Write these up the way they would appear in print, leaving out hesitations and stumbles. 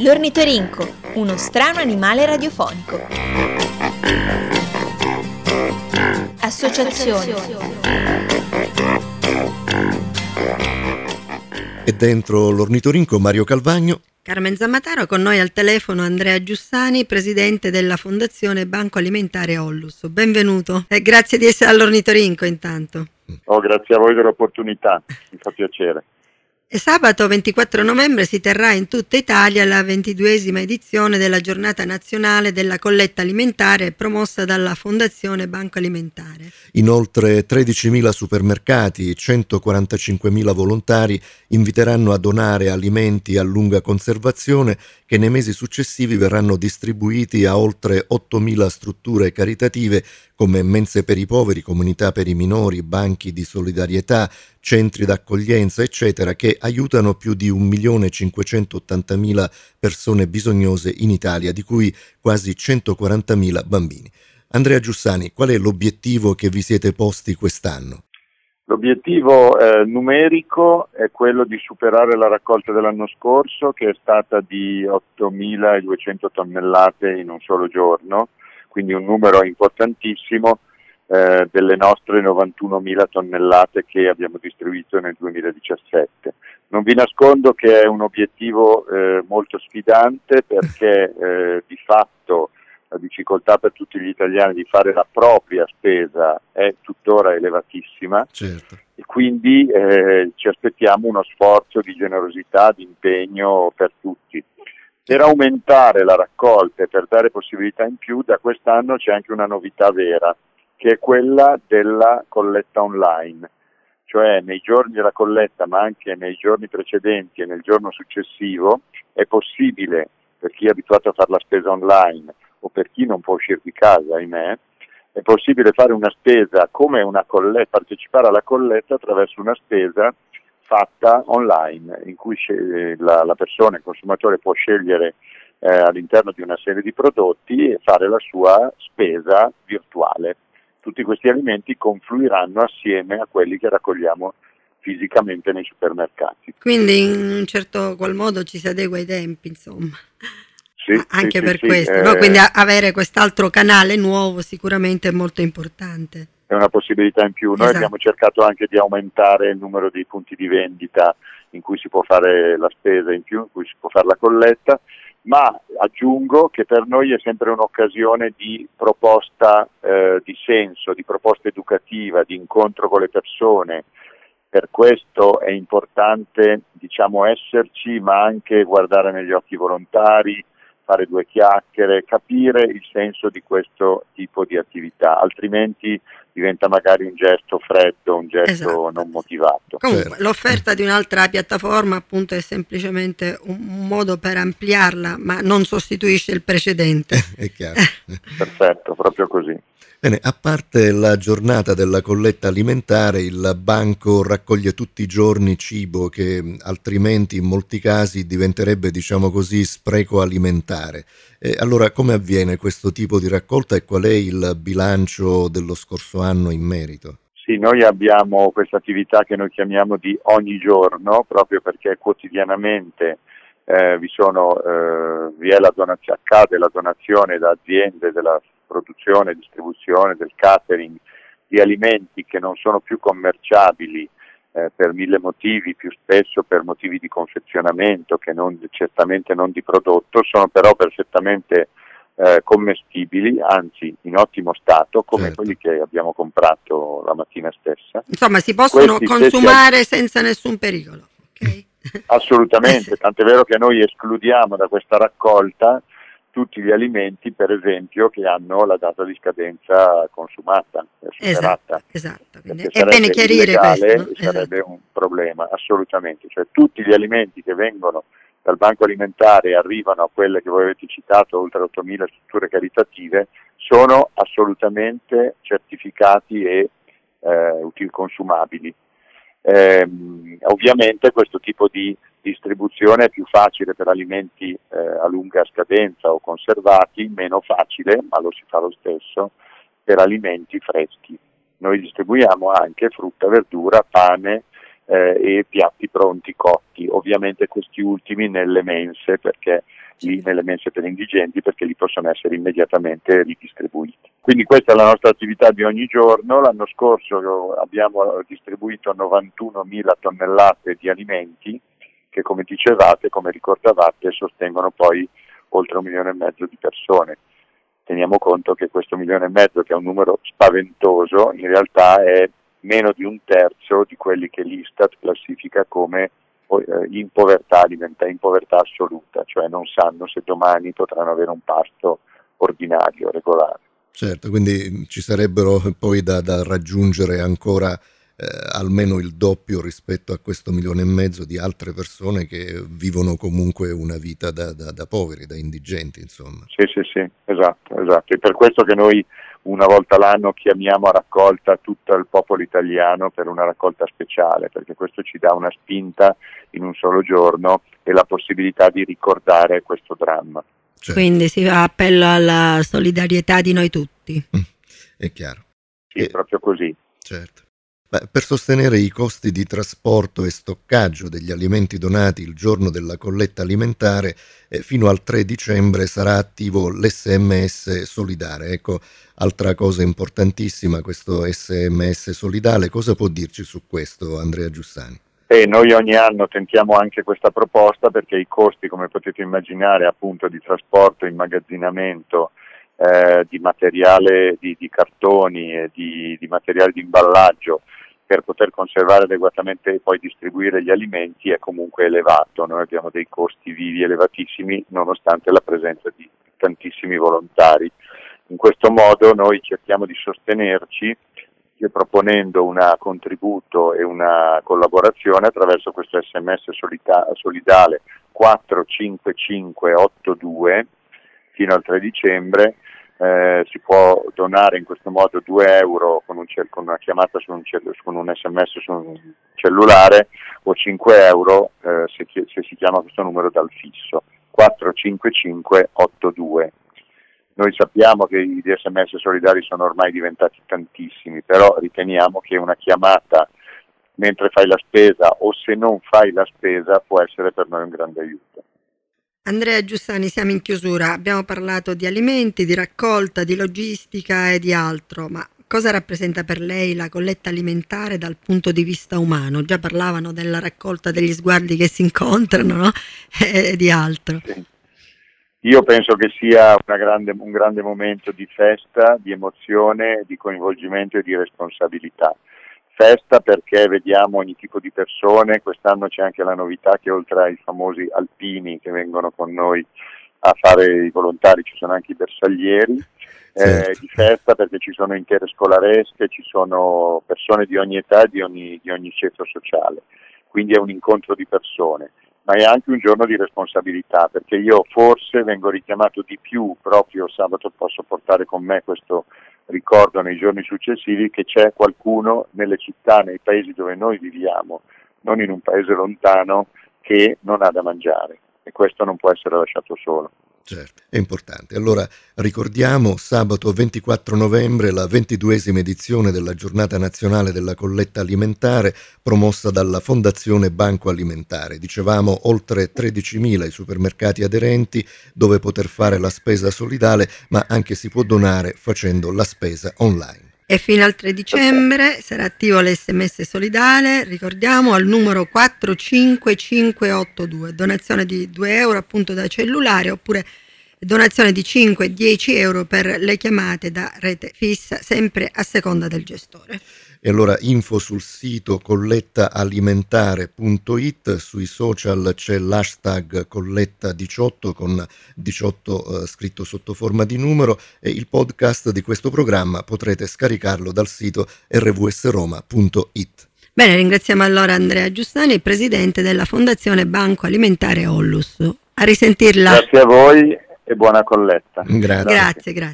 L'ornitorinco, uno strano animale radiofonico. Associazione. E dentro l'ornitorinco Mario Calvagno, Carmen Zammataro, con noi al telefono Andrea Giussani, presidente della Fondazione Banco Alimentare Ollus. Benvenuto e grazie di essere all'ornitorinco intanto. Grazie a voi dell'opportunità, mi fa piacere. E sabato 24 novembre si terrà in tutta Italia la 22esima edizione della Giornata Nazionale della Colletta Alimentare promossa dalla Fondazione Banco Alimentare. in oltre 13.000 supermercati, 145.000 volontari inviteranno a donare alimenti a lunga conservazione che nei mesi successivi verranno distribuiti a oltre 8.000 strutture caritative come mense per i poveri, comunità per i minori, banchi di solidarietà, centri d'accoglienza, eccetera, che aiutano più di 1.580.000 persone bisognose in Italia, di cui quasi 140.000 bambini. Andrea Giussani, qual è l'obiettivo che vi siete posti quest'anno? L'obiettivo numerico è quello di superare la raccolta dell'anno scorso, che è stata di 8.200 tonnellate in un solo giorno, quindi un numero importantissimo delle nostre 91.000 tonnellate che abbiamo distribuito nel 2017. Non vi nascondo che è un obiettivo molto sfidante perché di fatto la difficoltà per tutti gli italiani di fare la propria spesa è tuttora elevatissima. Certo. E quindi ci aspettiamo uno sforzo di generosità, di impegno per tutti. Per aumentare la raccolta e per dare possibilità in più, da quest'anno c'è anche una novità vera, che è quella della colletta online. Cioè nei giorni della colletta, ma anche nei giorni precedenti e nel giorno successivo, è possibile, per chi è abituato a fare la spesa online o per chi non può uscire di casa, ahimè, è possibile fare una spesa come una colletta, partecipare alla colletta attraverso una spesa fatta online, in cui la persona, il consumatore può scegliere all'interno di una serie di prodotti e fare la sua spesa virtuale. Tutti questi alimenti confluiranno assieme a quelli che raccogliamo fisicamente nei supermercati. Quindi in un certo qual modo ci si adegua ai tempi, insomma. Sì, anche sì, per sì, questo, no? Quindi avere quest'altro canale nuovo sicuramente è molto importante. È una possibilità in più. Noi Esatto. abbiamo cercato anche di aumentare il numero di punti di vendita in cui si può fare la spesa in più, in cui si può fare la colletta, ma aggiungo che per noi è sempre un'occasione di proposta di senso, di proposta educativa, di incontro con le persone. Per questo è importante, esserci, ma anche guardare negli occhi i volontari, fare due chiacchiere, capire il senso di questo tipo di attività, altrimenti diventa magari un gesto freddo, un gesto Esatto. non motivato. Comunque, Certo. l'offerta di un'altra piattaforma appunto è semplicemente un modo per ampliarla, ma non sostituisce il precedente. È chiaro. Perfetto, proprio così. Bene, a parte la giornata della colletta alimentare, il banco raccoglie tutti i giorni cibo che altrimenti in molti casi diventerebbe, spreco alimentare. Allora, come avviene questo tipo di raccolta e qual è il bilancio dello scorso anno in merito? Sì, noi abbiamo questa attività che noi chiamiamo di ogni giorno, proprio perché quotidianamente accade la donazione da aziende della produzione, distribuzione, del catering di alimenti che non sono più commerciabili per mille motivi, più spesso per motivi di confezionamento che certamente non di prodotto, sono però perfettamente commestibili, anzi in ottimo stato, come Certo. quelli che abbiamo comprato la mattina stessa. Insomma, si possono Questi consumare senza nessun pericolo. Ok? Assolutamente, tant'è vero che noi escludiamo da questa raccolta tutti gli alimenti, per esempio, che hanno la data di scadenza consumata, superata. Esatto. Quindi Perché è bene sarebbe chiarire illegale questo, no? e sarebbe un problema, assolutamente. Cioè tutti gli alimenti che vengono dal Banco Alimentare e arrivano a quelle che voi avete citato, oltre 8.000 strutture caritative, sono assolutamente certificati e consumabili. Ovviamente questo tipo di distribuzione è più facile per alimenti a lunga scadenza o conservati, meno facile, ma lo si fa lo stesso, per alimenti freschi. Noi distribuiamo anche frutta, verdura, pane, e piatti pronti cotti, ovviamente questi ultimi nelle mense, perché nelle mense per indigenti, perché li possono essere immediatamente ridistribuiti. Quindi questa è la nostra attività di ogni giorno. L'anno scorso abbiamo distribuito 91.000 tonnellate di alimenti che, come dicevate, come ricordavate, sostengono poi oltre 1,5 milioni di persone. Teniamo conto che questo 1,5 milioni, che è un numero spaventoso, in realtà è meno di un terzo di quelli che l'Istat classifica come in povertà alimentare, in povertà assoluta, cioè non sanno se domani potranno avere un pasto ordinario, regolare. Certo, quindi ci sarebbero poi da raggiungere ancora almeno il doppio rispetto a questo 1,5 milioni di altre persone che vivono comunque una vita da poveri, da indigenti, insomma. Sì, esatto. È per questo che noi una volta l'anno chiamiamo a raccolta tutto il popolo italiano per una raccolta speciale, perché questo ci dà una spinta in un solo giorno e la possibilità di ricordare questo dramma. Certo. Quindi si fa appello alla solidarietà di noi tutti. È chiaro. Sì, proprio così. Certo. Per sostenere i costi di trasporto e stoccaggio degli alimenti donati il giorno della colletta alimentare, fino al 3 dicembre sarà attivo l'SMS Solidale. Ecco, altra cosa importantissima, questo SMS Solidale. Cosa può dirci su questo Andrea Giussani? Noi ogni anno tentiamo anche questa proposta, perché i costi, come potete immaginare, appunto di trasporto, immagazzinamento, di materiale, di cartoni e di materiale di imballaggio per poter conservare adeguatamente e poi distribuire gli alimenti è comunque elevato. Noi abbiamo dei costi vivi elevatissimi nonostante la presenza di tantissimi volontari. In questo modo noi cerchiamo di sostenerci proponendo un contributo e una collaborazione attraverso questo SMS solidale 45582 fino al 3 dicembre. Si può donare in questo modo 2 euro con una chiamata con un SMS su un cellulare, o 5 euro se si chiama questo numero dal fisso 45582. Noi sappiamo che gli SMS solidari sono ormai diventati tantissimi, però riteniamo che una chiamata mentre fai la spesa o se non fai la spesa può essere per noi un grande aiuto. Andrea Giussani, siamo in chiusura, abbiamo parlato di alimenti, di raccolta, di logistica e di altro, ma cosa rappresenta per lei la colletta alimentare dal punto di vista umano? Già parlavano della raccolta degli sguardi che si incontrano, no? E di altro. Sì. Io penso che sia un grande momento di festa, di emozione, di coinvolgimento e di responsabilità. Festa perché vediamo ogni tipo di persone. Quest'anno c'è anche la novità che oltre ai famosi alpini che vengono con noi a fare i volontari ci sono anche i bersaglieri. Certo. Di festa perché ci sono intere scolaresche, ci sono persone di ogni età e di ogni ceto sociale, quindi è un incontro di persone, ma è anche un giorno di responsabilità, perché io forse vengo richiamato di più proprio sabato, posso portare con me questo ricordo nei giorni successivi che c'è qualcuno nelle città, nei paesi dove noi viviamo, non in un paese lontano, che non ha da mangiare, e questo non può essere lasciato solo. Certo, è importante. Allora ricordiamo sabato 24 novembre la 22esima edizione della Giornata Nazionale della Colletta Alimentare promossa dalla Fondazione Banco Alimentare. Dicevamo oltre 13.000 i supermercati aderenti dove poter fare la spesa solidale, ma anche si può donare facendo la spesa online. E fino al 3 dicembre sarà attivo l'SMS Solidale, ricordiamo, al numero 45582, donazione di 2 euro appunto da cellulare, oppure donazione di 5 e 10 euro per le chiamate da rete fissa, sempre a seconda del gestore. E allora info sul sito collettaalimentare.it, sui social c'è l'hashtag colletta18 con 18 scritto sotto forma di numero, e il podcast di questo programma potrete scaricarlo dal sito rvsroma.it. Bene, ringraziamo allora Andrea Giussani, presidente della Fondazione Banco Alimentare Ollus. A risentirla. Grazie a voi e buona colletta. Grazie.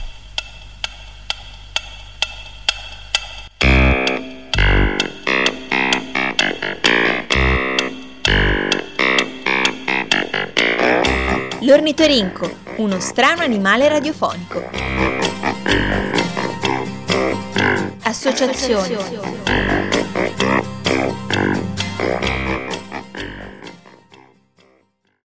L'ornitorinco, uno strano animale radiofonico. Associazione